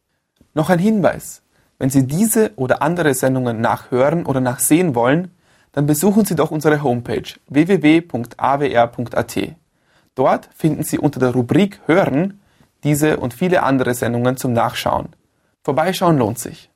Noch ein Hinweis. Wenn Sie diese oder andere Sendungen nachhören oder nachsehen wollen, dann besuchen Sie doch unsere Homepage w w w punkt a w r punkt a t. Dort finden Sie unter der Rubrik Hören diese und viele andere Sendungen zum Nachschauen. Vorbeischauen lohnt sich.